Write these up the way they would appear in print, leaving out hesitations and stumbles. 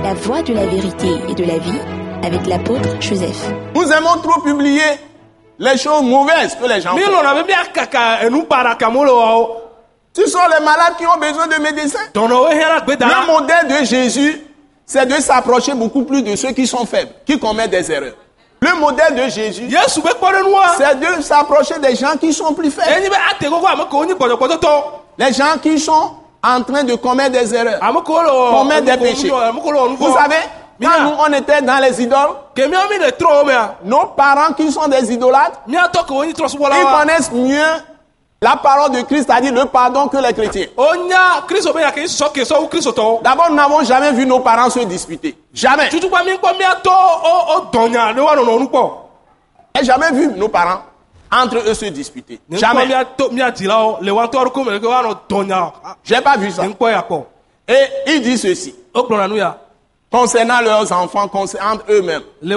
La voie de la vérité et de la vie avec l'apôtre Joseph. Nous aimons trop publier les choses mauvaises que les gens font. Ce sont les malades qui ont besoin de médecins. Le modèle de Jésus, c'est de s'approcher beaucoup plus de ceux qui sont faibles, qui commettent des erreurs. Le modèle de Jésus, c'est de s'approcher des gens qui sont plus faibles. Les gens qui sont en train de commettre des erreurs, commettre des péchés. Vous savez, quand nous, on était dans les idoles, nos parents qui sont des idolâtres, ils connaissent mieux la parole de Christ, c'est-à-dire le pardon, que les chrétiens. D'abord, nous n'avons jamais vu nos parents se disputer. Jamais. J'ai jamais vu nos parents entre eux se disputer. Jamais. J'ai pas vu ça. Et il dit ceci concernant leurs enfants, concernant eux-mêmes. Ils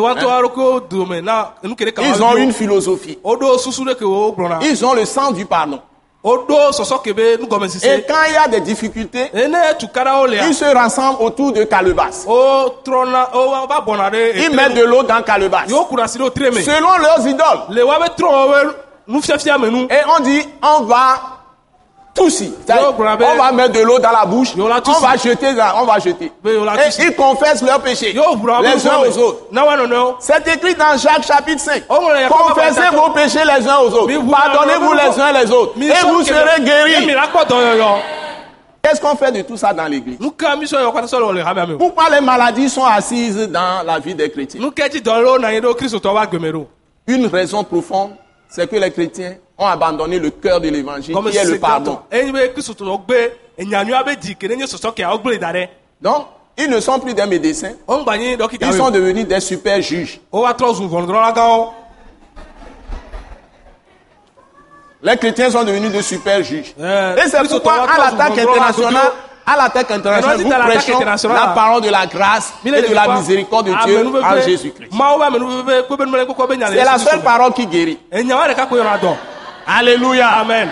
ont une philosophie. Ils ont le sens du pardon. Et quand il y a des difficultés, ils se rassemblent autour de calebasse. Ils mettent de l'eau dans calebasse selon leurs idoles. Et on dit, on va toussi. On va mettre de l'eau dans la bouche. On va jeter. Et ils confessent leurs péchés les uns aux autres. C'est écrit dans Jacques chapitre 5. Confessez vos péchés les uns aux autres. Pardonnez-vous les uns les autres. Et vous serez guéris. Qu'est-ce qu'on fait de tout ça dans l'église? Pourquoi les maladies sont assises dans la vie des chrétiens? Une raison profonde, c'est que les chrétiens ont abandonné le cœur de l'évangile, qui est le pardon. Donc, ils ne sont plus des médecins. Ils sont devenus des super juges. Les chrétiens sont devenus des super juges. Et c'est pourquoi à l'attaque internationale, nous prêchons la parole de la grâce et de la miséricorde de Dieu en Jésus-Christ. C'est la seule parole qui guérit. Alléluia. Amen.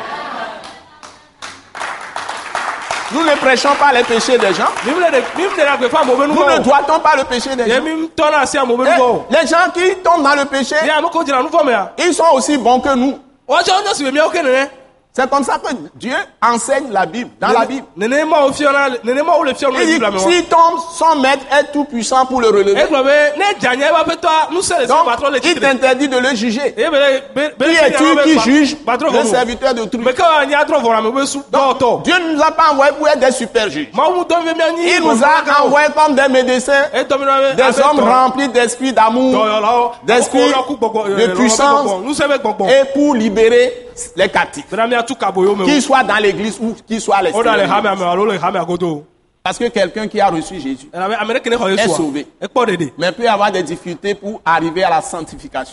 Nous ne prêchons pas les péchés des gens. Nous ne doitons pas le péché des gens. Les gens qui tombent dans le péché, ils sont aussi bons que nous. C'est comme ça que Dieu enseigne la Bible, dans la Bible. Il dit, s'il tombe, son maître est tout puissant pour le relever. Donc, il t'interdit de le juger. Qui es-tu qui juge le serviteur de truc? Donc, Dieu ne nous a pas envoyés pour être des super juges. Il nous a envoyés comme des médecins, des hommes remplis d'esprit d'amour, d'esprit de puissance, et pour libérer les captifs, qu'ils soient dans l'église ou qu'ils soient à l'extérieur. Parce que quelqu'un qui a reçu Jésus est sauvé, mais peut avoir des difficultés pour arriver à la sanctification.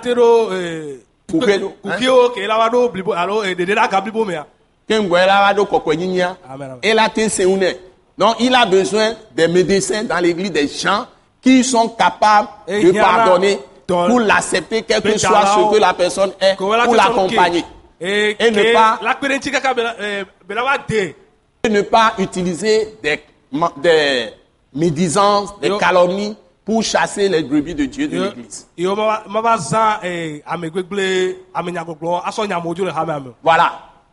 Donc il a besoin des médecins dans l'église, des gens qui sont capables de pardonner, pour l'accepter, quel que soit ce que la personne est, pour l'accompagner. Et ne pas utiliser des médisances, des calomnies pour chasser les brebis de Dieu de l'église. Voilà.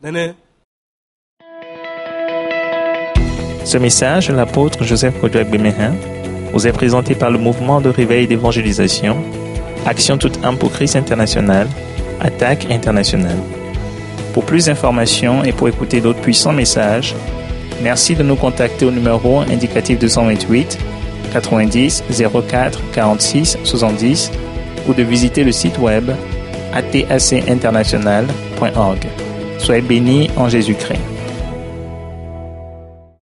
Ce message de l'apôtre Joseph Kodouak Bemehin vous est présenté par le mouvement de réveil d'évangélisation, Action toute âme pour Christ international, Attaque internationale. Pour plus d'informations et pour écouter d'autres puissants messages, merci de nous contacter au numéro indicatif 228 90 04 46 70 ou de visiter le site web atacinternational.org. Soyez bénis en Jésus-Christ.